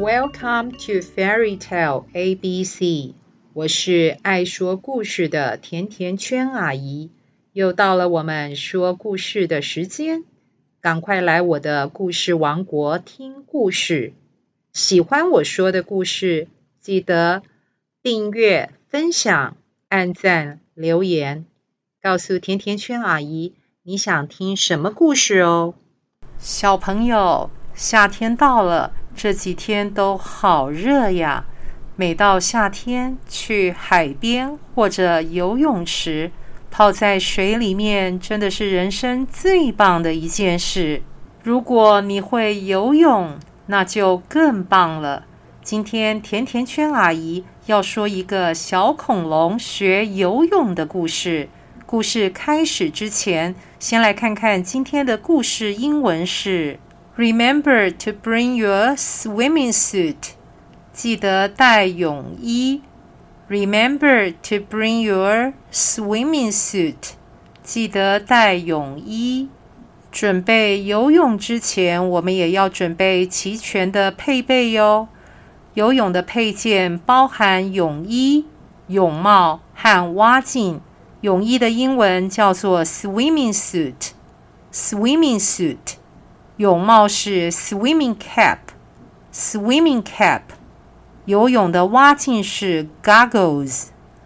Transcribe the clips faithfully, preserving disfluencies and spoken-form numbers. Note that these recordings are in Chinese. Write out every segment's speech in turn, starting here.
Welcome to Fairy Tale A B C， 我是爱说故事的甜甜圈阿姨，又到了我们说故事的时间，赶快来我的故事王国听故事。喜欢我说的故事，记得订阅、分享、按赞、留言，告诉甜甜圈阿姨你想听什么故事哦。 小朋友，夏天到了，这几天都好热呀。每到夏天，去海边或者游泳池，泡在水里面真的是人生最棒的一件事。如果你会游泳，那就更棒了。今天甜甜圈阿姨要说一个小恐龙学游泳的故事。故事开始之前，先来看看今天的故事英文是 Remember to bring your swimming suit. 记得带泳衣。Remember to bring your swimming suit. 记得带泳衣。准备游泳之前，我们也要准备齐全的配备哟。游泳的配件包含泳衣、泳帽和蛙镜。泳衣的英文叫做 swimming suit. Swimming suit. 泳帽是 swimming cap. Swimming cap. 游泳的蛙镜是 goggles.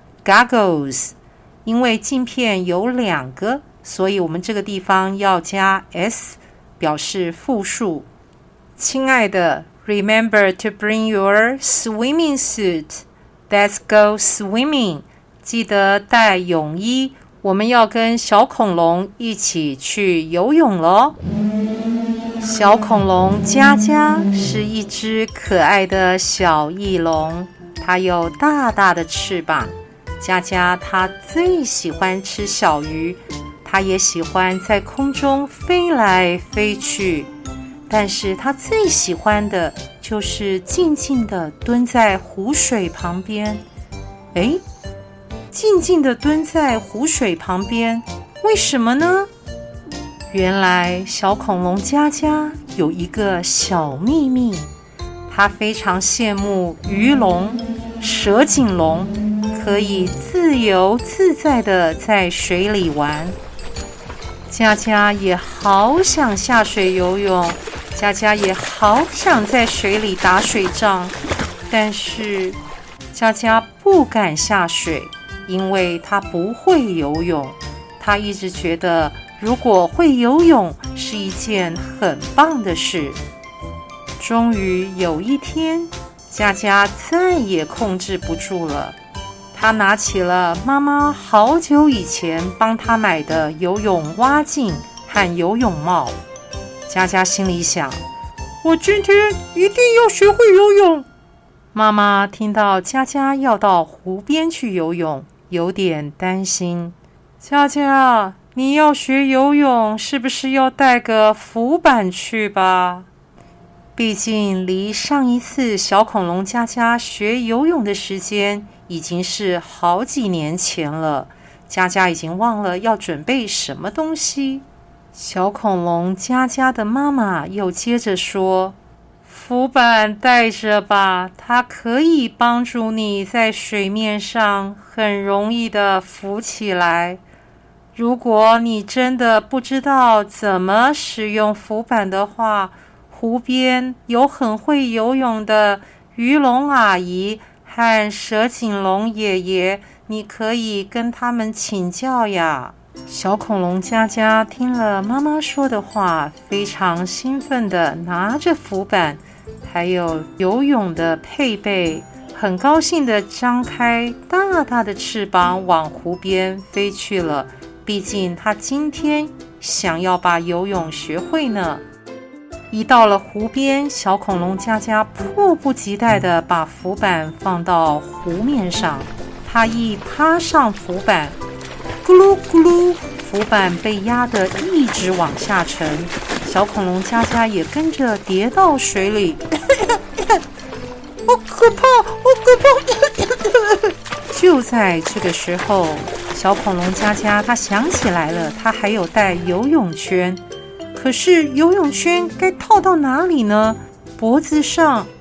Goggles. 因为镜片有两个，所以我们这个地方要加 s 表示复数。亲爱的， Remember to bring your swimming suit. Let's go swimming. 记得带泳衣，我们要跟小恐龙一起去游泳咯。小恐龙佳佳是一只可爱的小翼龙，它有大大的翅膀。佳佳它最喜欢吃小鱼，它也喜欢在空中飞来飞去，但是它最喜欢的就是静静地蹲在湖水旁边。诶，静静地蹲在湖水旁边，为什么呢？原来小恐龙佳佳有一个小秘密，它非常羡慕鱼龙、蛇颈龙可以自由自在地在水里玩。佳佳也好想下水游泳，佳佳也好想在水里打水仗，但是佳佳不敢下水，因为他不会游泳。他一直觉得如果会游泳是一件很棒的事。终于有一天，佳佳再也控制不住了，他拿起了妈妈好久以前帮他买的游泳蛙镜和游泳帽。佳佳心里想，我今天一定要学会游泳。妈妈听到佳佳要到湖边去游泳，有点担心。佳佳，你要学游泳，是不是要带个浮板去吧？毕竟离上一次小恐龙佳佳学游泳的时间已经是好几年前了，佳佳已经忘了要准备什么东西。小恐龙佳佳的妈妈又接着说，浮板带着吧，它可以帮助你在水面上很容易的浮起来。如果你真的不知道怎么使用浮板的话，湖边有很会游泳的鱼龙阿姨和蛇颈龙爷爷，你可以跟他们请教呀。小恐龙佳佳听了妈妈说的话，非常兴奋地拿着浮板还有游泳的配备，很高兴地张开大大的翅膀往湖边飞去了。毕竟他今天想要把游泳学会呢。一到了湖边，小恐龙佳佳迫不及待地把浮板放到湖面上。他一趴上浮板，咕噜咕噜，浮板被压得一直往下沉，小恐龙佳佳也跟着跌到水里。好可怕，好可怕！就在这个时候，小恐龙佳佳他想起来了，他还有带游泳圈，可是游泳圈该套到哪里呢？脖子上，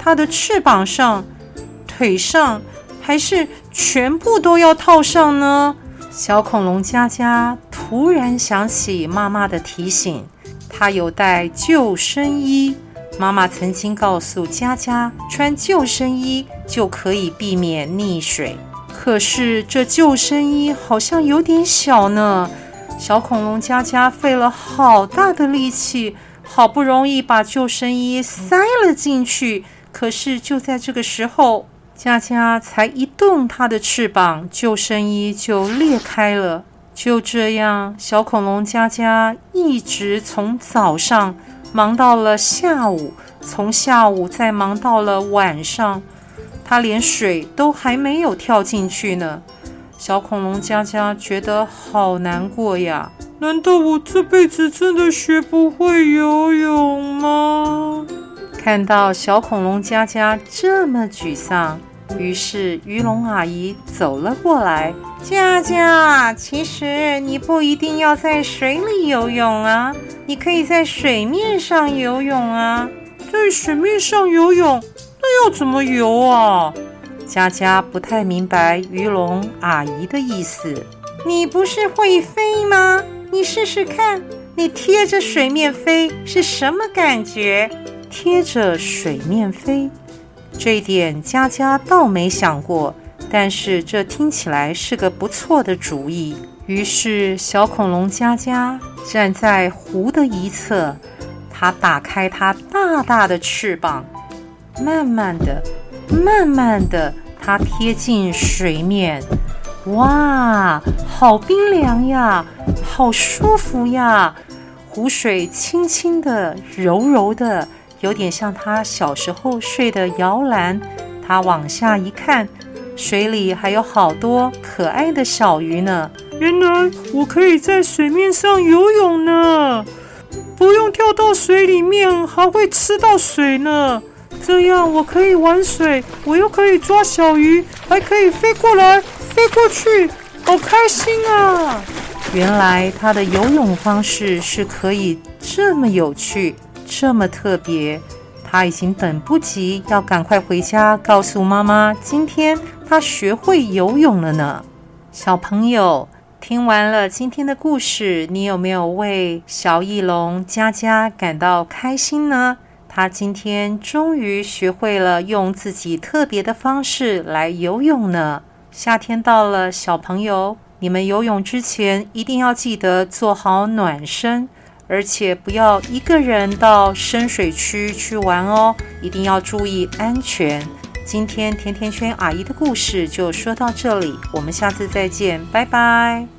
它的翅膀上、腿上，还是全部都要套上呢？小恐龙佳佳突然想起妈妈的提醒，她有带救生衣。妈妈曾经告诉佳佳，穿救生衣就可以避免溺水。可是这救生衣好像有点小呢。小恐龙佳佳费了好大的力气，好不容易把救生衣塞了进去。可是就在这个时候，佳佳才一动它的翅膀，救生衣就裂开了。就这样，小恐龙佳佳一直从早上忙到了下午，从下午再忙到了晚上，他连水都还没有跳进去呢。小恐龙佳佳觉得好难过呀，难道我这辈子真的学不会游泳吗？看到小恐龙佳佳这么沮丧，于是鱼龙阿姨走了过来。佳佳，其实你不一定要在水里游泳啊，你可以在水面上游泳啊。在水面上游泳，那要怎么游啊？佳佳不太明白鱼龙阿姨的意思。你不是会飞吗？你试试看，你贴着水面飞是什么感觉？贴着水面飞，这一点佳佳倒没想过，但是这听起来是个不错的主意。于是小恐龙佳佳站在湖的一侧，它打开它大大的翅膀，慢慢的慢慢的它贴近水面。哇，好冰凉呀，好舒服呀，湖水轻轻的柔柔的，有点像他小时候睡的摇篮。他往下一看，水里还有好多可爱的小鱼呢。原来我可以在水面上游泳呢，不用跳到水里面还会吃到水呢。这样我可以玩水，我又可以抓小鱼，还可以飞过来飞过去，好开心啊！原来他的游泳方式是可以这么有趣，这么特别。他已经等不及要赶快回家告诉妈妈，今天他学会游泳了呢。小朋友，听完了今天的故事，你有没有为小翼龙佳佳感到开心呢？他今天终于学会了用自己特别的方式来游泳呢。夏天到了，小朋友，你们游泳之前一定要记得做好暖身，而且不要一个人到深水区去玩哦，一定要注意安全。今天甜甜圈阿姨的故事就说到这里，我们下次再见，拜拜。